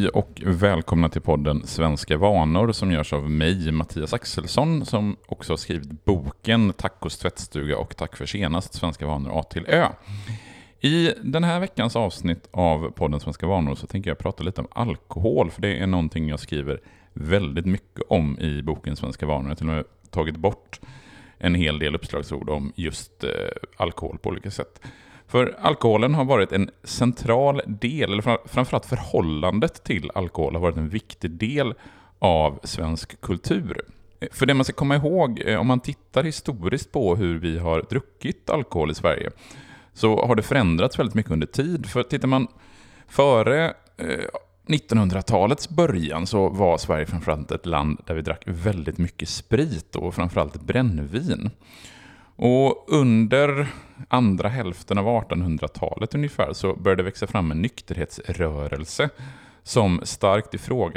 Hej och välkomna till podden Svenska vanor som görs av mig, Mattias Axelsson, som också har skrivit boken Tacos tvättstuga och tack för senast, Svenska vanor A till Ö. I den här veckans avsnitt av podden Svenska vanor så tänker jag prata lite om alkohol, för det är någonting jag skriver väldigt mycket om i boken Svenska vanor. Jag har till och med tagit bort en hel del uppslagsord om just alkohol på olika sätt. För alkoholen har varit en central del, eller framförallt förhållandet till alkohol har varit en viktig del av svensk kultur. För det man ska komma ihåg, om man tittar historiskt på hur vi har druckit alkohol i Sverige, så har det förändrats väldigt mycket under tid. För tittar man före 1900-talets början så var Sverige framförallt ett land där vi drack väldigt mycket sprit och framförallt brännvin. Och under andra hälften av 1800-talet ungefär så började det växa fram en nykterhetsrörelse som starkt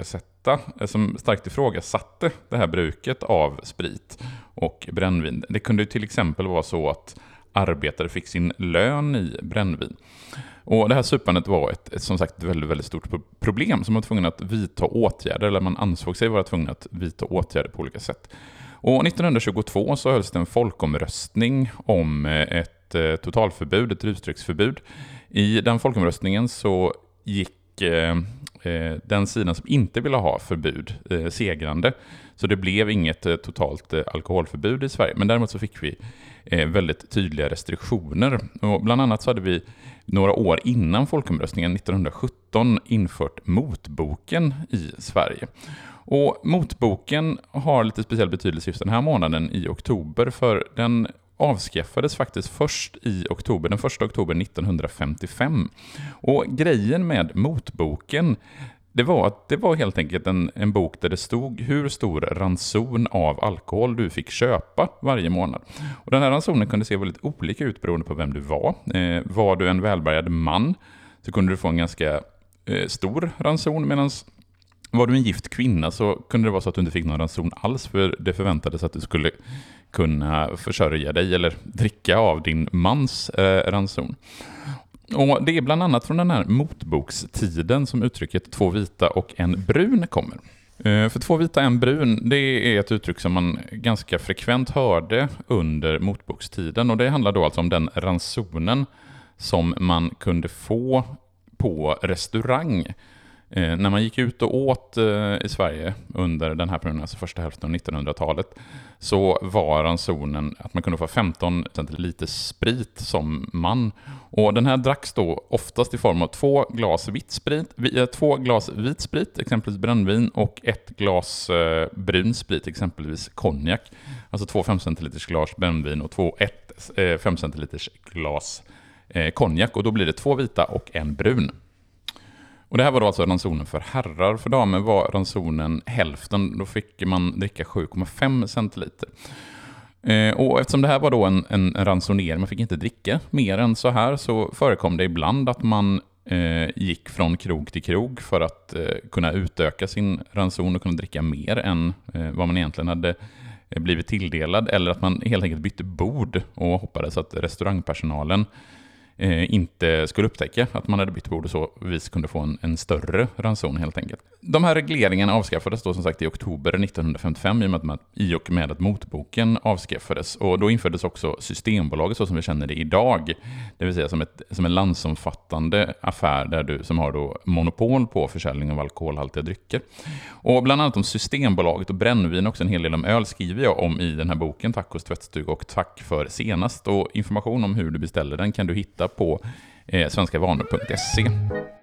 ifrågasatte det här bruket av sprit och brännvin. Det kunde ju till exempel vara så att arbetare fick sin lön i brännvin. Och det här supandet var ett som sagt väldigt, väldigt stort problem som man var tvungen att vidta åtgärder, eller man ansåg sig vara tvungen att vidta åtgärder på olika sätt. Och 1922 så hölls det en folkomröstning om ett totalförbud, ett rusdrycksförbud. I den folkomröstningen så gick den sidan som inte ville ha förbud segrande. Så det blev inget totalt alkoholförbud i Sverige. Men däremot så fick vi väldigt tydliga restriktioner. Och bland annat så hade vi några år innan folkomröstningen 1917 infört motboken i Sverige. Och motboken har lite speciell betydelse just den här månaden i oktober, för den avskaffades faktiskt först i oktober, den 1 oktober 1955. Och grejen med motboken, det var att det var helt enkelt en bok där det stod hur stor ranson av alkohol du fick köpa varje månad. Och den här ransonen kunde se väldigt olika ut beroende på vem du var. Var du en välbärgad man så kunde du få en ganska stor ranson, medan var du en gift kvinna så kunde det vara så att du inte fick någon ranson alls, för det förväntades att du skulle kunna försörja dig eller dricka av din mans ranson. Och det är bland annat från den här motbokstiden som uttrycket två vita och en brun kommer. För två vita, en brun, det är ett uttryck som man ganska frekvent hörde under motbokstiden, och det handlar då alltså om den ransonen som man kunde få på restaurang. När man gick ut och åt i Sverige under den här perioden, alltså första hälften av 1900-talet, så var ransonen att man kunde få 15 centiliter sprit som man. Och den här dracks då oftast i form av 2 glas vit sprit, exempelvis brännvin, och 1 glas brun sprit, exempelvis konjak. Alltså 2 5 centiliters glas brännvin och 1 5 centiliters glas konjak. Och då blir det 2 vita och en brun. Och det här var då alltså ransonen för herrar. För damer var ransonen hälften. Då fick man dricka 7,5 centiliter. Och eftersom det här var då en ransonering, man fick inte dricka mer än så här, så förekom det ibland att man gick från krog till krog för att kunna utöka sin ranson och kunna dricka mer än vad man egentligen hade blivit tilldelad. Eller att man helt enkelt bytte bord och hoppades att restaurangpersonalen inte skulle upptäcka att man hade bytt bord, och så vi kunde få en större ranson helt enkelt. De här regleringarna avskaffades då som sagt i oktober 1955 i och med att motboken avskaffades, och då infördes också Systembolaget så som vi känner det idag, det vill säga som en landsomfattande affär där du som har då monopol på försäljning av alkoholhaltiga drycker. Och bland annat om Systembolaget och brännvin, också en hel del om öl, skriver jag om i den här boken Tacos tvättstuga och tack för senast, och information om hur du beställer den kan du hitta på svenskavanor.se.